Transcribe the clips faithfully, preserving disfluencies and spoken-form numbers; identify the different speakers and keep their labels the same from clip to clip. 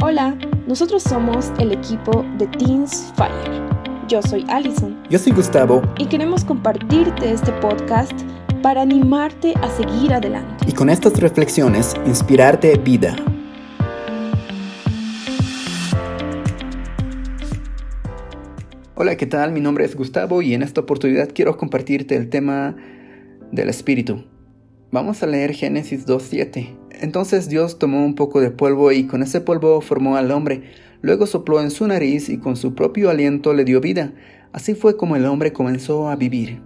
Speaker 1: Hola, nosotros somos el equipo de Teens Fire. Yo soy Alison.
Speaker 2: Yo soy Gustavo.
Speaker 1: Y queremos compartirte este podcast para animarte a seguir adelante.
Speaker 2: Y con estas reflexiones, inspirarte vida. Hola, ¿qué tal? Mi nombre es Gustavo y en esta oportunidad quiero compartirte el tema del Espíritu. Vamos a leer Génesis dos siete. Entonces Dios tomó un poco de polvo y con ese polvo formó al hombre. Luego sopló en su nariz y con su propio aliento le dio vida. Así fue como el hombre comenzó a vivir.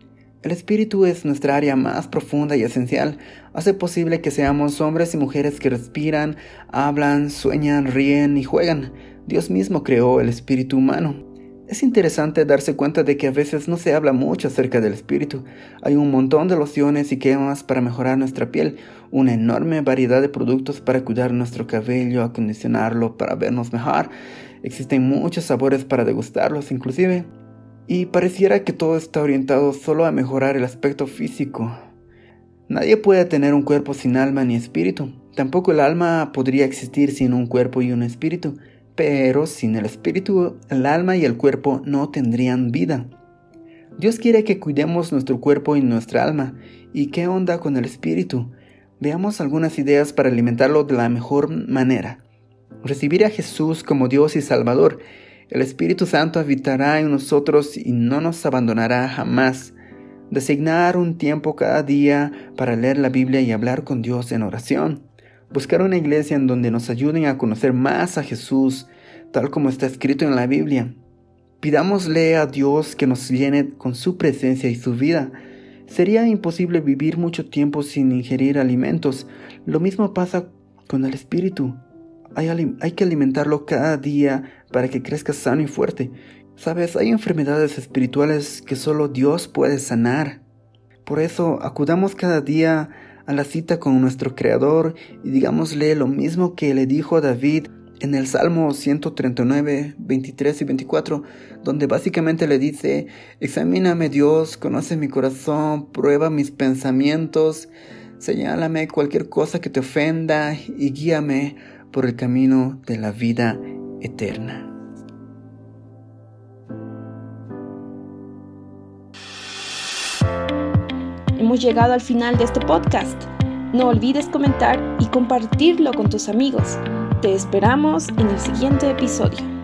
Speaker 2: El Espíritu es nuestra área más profunda y esencial. Hace posible que seamos hombres y mujeres que respiran, hablan, sueñan, ríen y juegan. Dios mismo creó el espíritu humano. Es interesante darse cuenta de que a veces no se habla mucho acerca del espíritu. Hay un montón de lociones y cremas para mejorar nuestra piel, una enorme variedad de productos para cuidar nuestro cabello, acondicionarlo, para vernos mejor. Existen muchos sabores para degustarlos inclusive. Y pareciera que todo está orientado solo a mejorar el aspecto físico. Nadie puede tener un cuerpo sin alma ni espíritu. Tampoco el alma podría existir sin un cuerpo y un espíritu. Pero sin el espíritu, el alma y el cuerpo no tendrían vida. Dios quiere que cuidemos nuestro cuerpo y nuestra alma. ¿Y qué onda con el espíritu? Veamos algunas ideas para alimentarlo de la mejor manera. Recibir a Jesús como Dios y Salvador. El Espíritu Santo habitará en nosotros y no nos abandonará jamás. Designar un tiempo cada día para leer la Biblia y hablar con Dios en oración. Buscar una iglesia en donde nos ayuden a conocer más a Jesús, tal como está escrito en la Biblia. Pidámosle a Dios que nos llene con su presencia y su vida. Sería imposible vivir mucho tiempo sin ingerir alimentos. Lo mismo pasa con el espíritu. Hay, hay que alimentarlo cada día para que crezca sano y fuerte. Sabes, hay enfermedades espirituales que solo Dios puede sanar. Por eso, acudamos cada día a la cita con nuestro Creador y digámosle lo mismo que le dijo a David en el Salmo ciento treinta y nueve, veintitrés y veinticuatro, donde básicamente le dice: examíname Dios, conoce mi corazón, prueba mis pensamientos, señálame cualquier cosa que te ofenda y guíame por el camino de la vida eterna.
Speaker 1: Hemos llegado al final de este podcast. No olvides comentar y compartirlo con tus amigos. Te esperamos en el siguiente episodio.